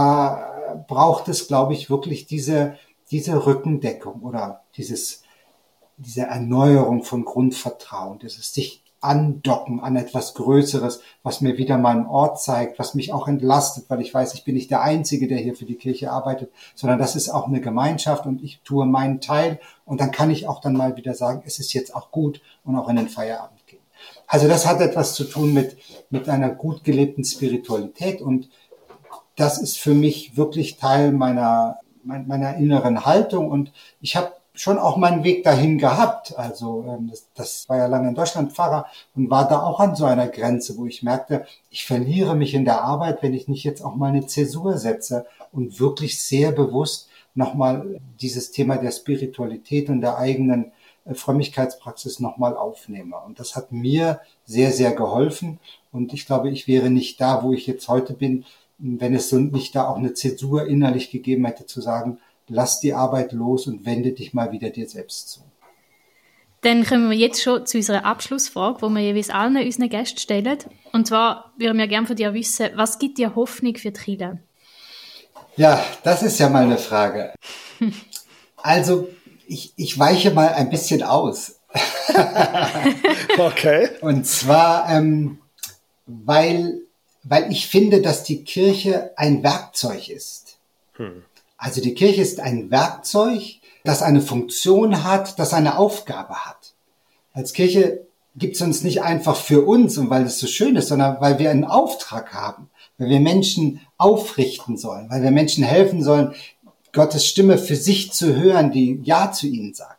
da braucht es, glaube ich, wirklich diese, diese Rückendeckung oder dieses, diese Erneuerung von Grundvertrauen, dieses sich andocken an etwas Größeres, was mir wieder mal einen Ort zeigt, was mich auch entlastet, weil ich weiß, ich bin nicht der Einzige, der hier für die Kirche arbeitet, sondern das ist auch eine Gemeinschaft und ich tue meinen Teil und dann kann ich auch dann mal wieder sagen, es ist jetzt auch gut und auch in den Feierabend gehen. Also das hat etwas zu tun mit, mit einer gut gelebten Spiritualität und das ist für mich wirklich Teil meiner, meiner inneren Haltung und ich habe schon auch meinen Weg dahin gehabt. Also ähm, das, das war ja lange in Deutschland Pfarrer und war da auch an so einer Grenze, wo ich merkte, ich verliere mich in der Arbeit, wenn ich nicht jetzt auch mal eine Zäsur setze und wirklich sehr bewusst nochmal dieses Thema der Spiritualität und der eigenen äh, Frömmigkeitspraxis nochmal aufnehme. Und das hat mir sehr, sehr geholfen. Und ich glaube, ich wäre nicht da, wo ich jetzt heute bin, wenn es so nicht da auch eine Zäsur innerlich gegeben hätte, zu sagen, lass die Arbeit los und wende dich mal wieder dir selbst zu. Dann kommen wir jetzt schon zu unserer Abschlussfrage, die wir jeweils allen unseren Gästen stellen. Und zwar würden wir gerne von dir wissen, was gibt dir Hoffnung für die Kirche? Ja, das ist ja mal eine Frage. Also, ich, ich weiche mal ein bisschen aus. Okay. Und zwar, ähm, weil, weil ich finde, dass die Kirche ein Werkzeug ist. Hm. Also die Kirche ist ein Werkzeug, das eine Funktion hat, das eine Aufgabe hat. Als Kirche gibt es uns nicht einfach für uns und weil es so schön ist, sondern weil wir einen Auftrag haben, weil wir Menschen aufrichten sollen, weil wir Menschen helfen sollen, Gottes Stimme für sich zu hören, die Ja zu ihnen sagt.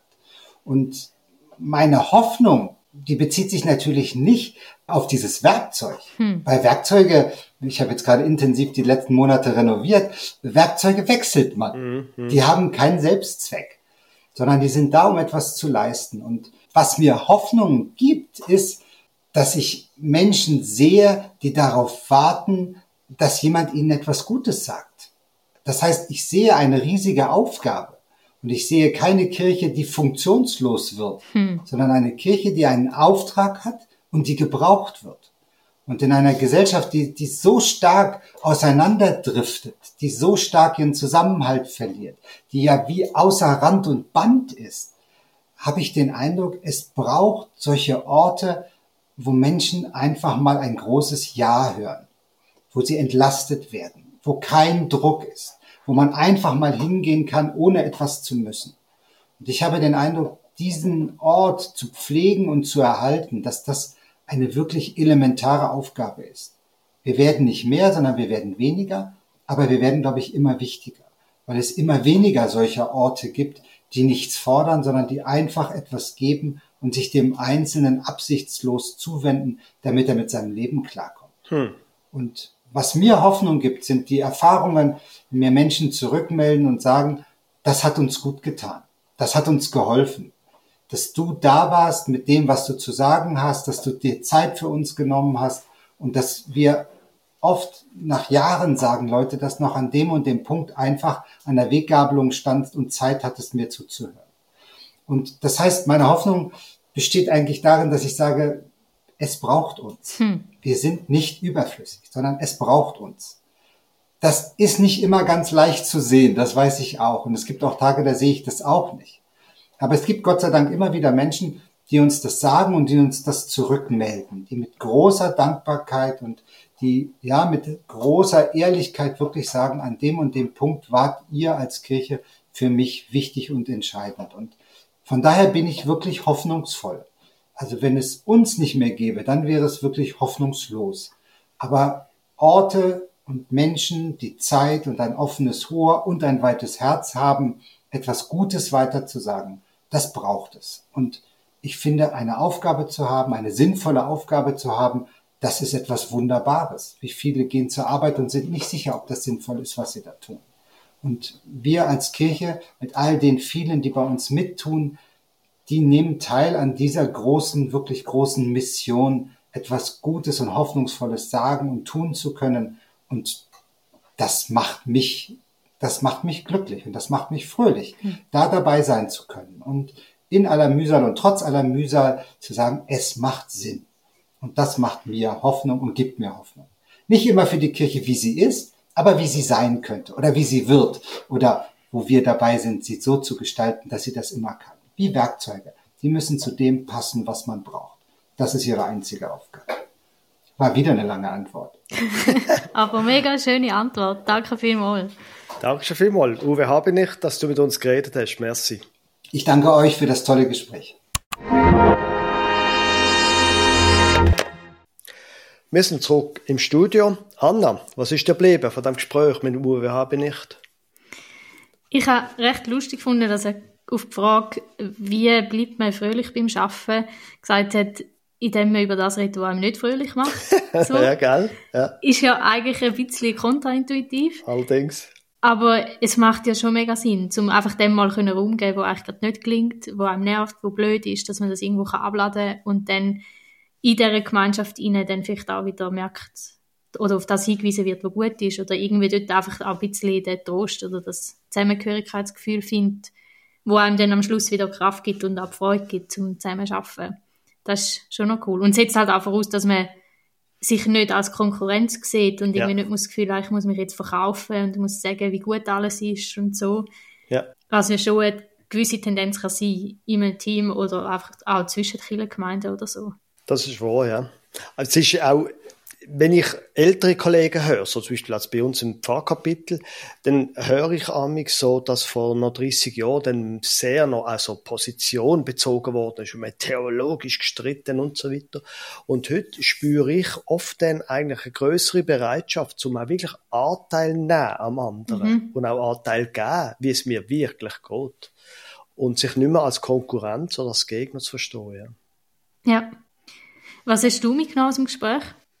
Und meine Hoffnung, die bezieht sich natürlich nicht auf dieses Werkzeug. Hm. Weil Werkzeuge, ich habe jetzt gerade intensiv die letzten Monate renoviert, Werkzeuge wechselt man. Mhm. Die haben keinen Selbstzweck, sondern die sind da, um etwas zu leisten. Und was mir Hoffnung gibt, ist, dass ich Menschen sehe, die darauf warten, dass jemand ihnen etwas Gutes sagt. Das heißt, ich sehe eine riesige Aufgabe. Und ich sehe keine Kirche, die funktionslos wird, hm. sondern eine Kirche, die einen Auftrag hat und die gebraucht wird. Und in einer Gesellschaft, die, die so stark auseinanderdriftet, die so stark ihren Zusammenhalt verliert, die ja wie außer Rand und Band ist, habe ich den Eindruck, es braucht solche Orte, wo Menschen einfach mal ein großes Ja hören, wo sie entlastet werden, wo kein Druck ist, wo man einfach mal hingehen kann, ohne etwas zu müssen. Und ich habe den Eindruck, diesen Ort zu pflegen und zu erhalten, dass das eine wirklich elementare Aufgabe ist. Wir werden nicht mehr, sondern wir werden weniger, aber wir werden, glaube ich, immer wichtiger, weil es immer weniger solcher Orte gibt, die nichts fordern, sondern die einfach etwas geben und sich dem Einzelnen absichtslos zuwenden, damit er mit seinem Leben klarkommt. Hm. Und was mir Hoffnung gibt, sind die Erfahrungen, wenn mir Menschen zurückmelden und sagen, das hat uns gut getan, das hat uns geholfen, dass du da warst mit dem, was du zu sagen hast, dass du dir Zeit für uns genommen hast und dass wir oft nach Jahren sagen Leute, dass noch an dem und dem Punkt einfach an der Weggabelung standst und Zeit hattest, mir zuzuhören. Und das heißt, meine Hoffnung besteht eigentlich darin, dass ich sage, es braucht uns. Hm. Wir sind nicht überflüssig, sondern es braucht uns. Das ist nicht immer ganz leicht zu sehen, das weiß ich auch. Und es gibt auch Tage, da sehe ich das auch nicht. Aber es gibt Gott sei Dank immer wieder Menschen, die uns das sagen und die uns das zurückmelden, die mit großer Dankbarkeit und die ja mit großer Ehrlichkeit wirklich sagen, an dem und dem Punkt wart ihr als Kirche für mich wichtig und entscheidend. Und von daher bin ich wirklich hoffnungsvoll. Also wenn es uns nicht mehr gäbe, dann wäre es wirklich hoffnungslos. Aber Orte und Menschen, die Zeit und ein offenes Ohr und ein weites Herz haben, etwas Gutes weiterzusagen, das braucht es. Und ich finde, eine Aufgabe zu haben, eine sinnvolle Aufgabe zu haben, das ist etwas Wunderbares. Wie viele gehen zur Arbeit und sind nicht sicher, ob das sinnvoll ist, was sie da tun. Und wir als Kirche, mit all den vielen, die bei uns mittun, die nehmen teil an dieser großen, wirklich großen Mission, etwas Gutes und Hoffnungsvolles sagen und tun zu können. Und das macht mich, das macht mich glücklich und das macht mich fröhlich, mhm. da dabei sein zu können. Und in aller Mühsal und trotz aller Mühsal zu sagen, es macht Sinn. Und das macht mir Hoffnung und gibt mir Hoffnung. Nicht immer für die Kirche, wie sie ist, aber wie sie sein könnte oder wie sie wird oder wo wir dabei sind, sie so zu gestalten, dass sie das immer kann. Wie Werkzeuge. Die müssen zu dem passen, was man braucht. Das ist ihre einzige Aufgabe. War wieder eine lange Antwort. Aber mega schöne Antwort. Danke vielmals. Danke schon vielmals, Uwe Habinich, dass du mit uns geredet hast. Merci. Ich danke euch für das tolle Gespräch. Wir sind zurück im Studio. Anna, was ist dir geblieben von dem Gespräch mit Uwe Habinich? Ich habe recht lustig gefunden, dass er auf die Frage, wie bleibt man fröhlich beim Arbeiten, gesagt hat, indem man über das redet, was einem nicht fröhlich macht. So. Ja, gell? Ja. Ist ja eigentlich ein bisschen kontraintuitiv. Allerdings. Aber es macht ja schon mega Sinn, um einfach dem mal Raum geben, wo eigentlich gerade nicht gelingt, wo einem nervt, wo blöd ist, dass man das irgendwo abladen kann und dann in dieser Gemeinschaft rein dann vielleicht auch wieder merkt oder auf das hingewiesen wird, was gut ist oder irgendwie dort einfach auch ein bisschen den Trost oder das Zusammengehörigkeitsgefühl findet, wo einem dann am Schluss wieder Kraft gibt und auch Freude gibt zum Zusammenarbeiten. Das ist schon noch cool. Und es setzt halt auch voraus, dass man sich nicht als Konkurrenz sieht und irgendwie ja. nicht muss das Gefühl, ich muss mich jetzt verkaufen und muss sagen, wie gut alles ist und so. Ja. Also schon eine gewisse Tendenz kann sein in einem Team oder einfach auch zwischen Kirchengemeinden oder so. Das ist wahr, ja. Also es ist auch, wenn ich ältere Kollegen höre, so zum Beispiel als bei uns im Pfarrkapitel, dann höre ich amigs so, dass vor noch dreissig Jahren dann sehr noch also Position bezogen worden ist und man theologisch gestritten und so weiter. Und heute spüre ich oft dann eigentlich eine größere Bereitschaft, um auch wirklich Anteil nehmen am anderen mhm. und auch Anteil geben, wie es mir wirklich geht. Und sich nicht mehr als Konkurrenz oder als Gegner zu verstehen. Ja. Ja. Was hast du mitgenommen aus dem Gespräch?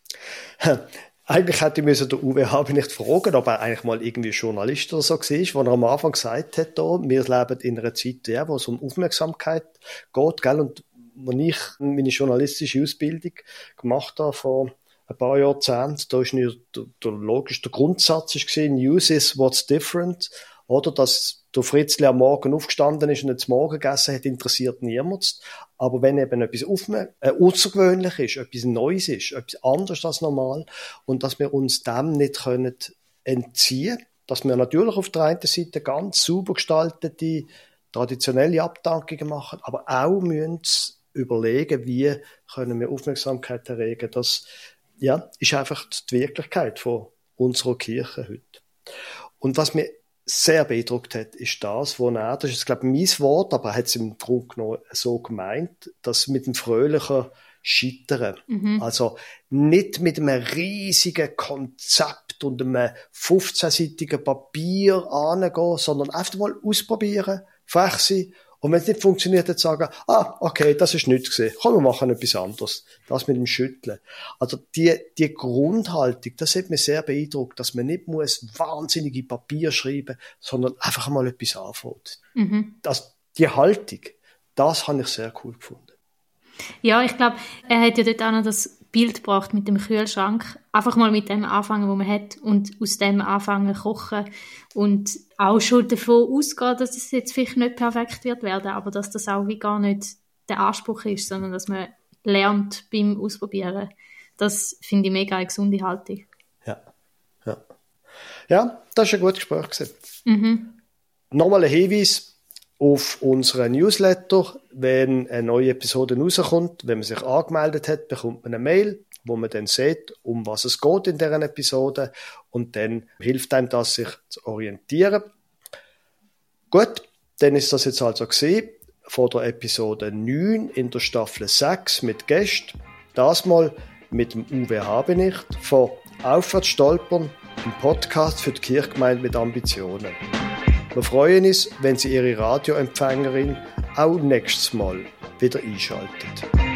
Eigentlich hätte ich müssen den Uwe Habenicht fragen, ob er eigentlich mal irgendwie Journalist oder so war, wo er am Anfang gesagt hat, da, wir leben in einer Zeit, ja, wo es um Aufmerksamkeit geht, gell? Und als ich meine journalistische Ausbildung gemacht habe vor ein paar Jahrzehnten, da ist nicht der, der logisch der Grundsatz ist gewesen, News is what's different, oder dass der Fritzli am Morgen aufgestanden ist und jetzt Morgen gegessen hat, interessiert niemand. Aber wenn eben etwas aufme- äh, außergewöhnlich ist, etwas Neues ist, etwas anderes als normal und dass wir uns dem nicht können entziehen, dass wir natürlich auf der einen Seite ganz sauber gestaltete, traditionelle Abdankungen machen, aber auch müssen überlegen, wie können wir Aufmerksamkeit erregen. Das ja, ist einfach die Wirklichkeit von unserer Kirche heute. Und was mir sehr beeindruckt hat, ist das, wo er, das ist jetzt, glaube ich, mein Wort, aber er hat es im Grunde genommen so gemeint, dass mit dem fröhlichen Scheitern, mhm. also nicht mit einem riesigen Konzept und einem fünfzehnseitigen Papier angehen, sondern einfach mal ausprobieren, frech sein, und wenn es nicht funktioniert, dann sagen, ah, okay, das ist nichts gewesen. Komm, wir machen etwas anderes. Das mit dem Schütteln. Also, die, die Grundhaltung, das hat mich sehr beeindruckt, dass man nicht muss wahnsinnige Papier schreiben, sondern einfach mal etwas anfängt. Mhm. Das, die Haltung, das habe ich sehr cool gefunden. Ja, ich glaube, er hat ja dort auch noch das Bild gebracht mit dem Kühlschrank. Einfach mal mit dem anfangen, was man hat und aus dem anfangen kochen und auch schon davon ausgehen, dass es jetzt vielleicht nicht perfekt wird werden, aber dass das auch wie gar nicht der Anspruch ist, sondern dass man lernt beim Ausprobieren. Das finde ich mega eine gesunde Haltung. Ja, ja. Ja, das war ein gutes Gespräch gewesen. Mhm. Nochmal ein Hinweis auf unseren Newsletter. Wenn eine neue Episode rauskommt, wenn man sich angemeldet hat, bekommt man eine Mail, wo man dann sieht, um was es geht in dieser Episode, und dann hilft einem das, sich zu orientieren. Gut, dann ist das jetzt also gesehen von der Episode neun in der Staffel sechs mit Gästen. Das mal mit dem Uwe Habenicht von Aufwärts stolpern, ein Podcast für die Kirchgemeinde mit Ambitionen. Wir freuen uns, wenn Sie Ihre Radioempfängerin auch nächstes Mal wieder einschalten.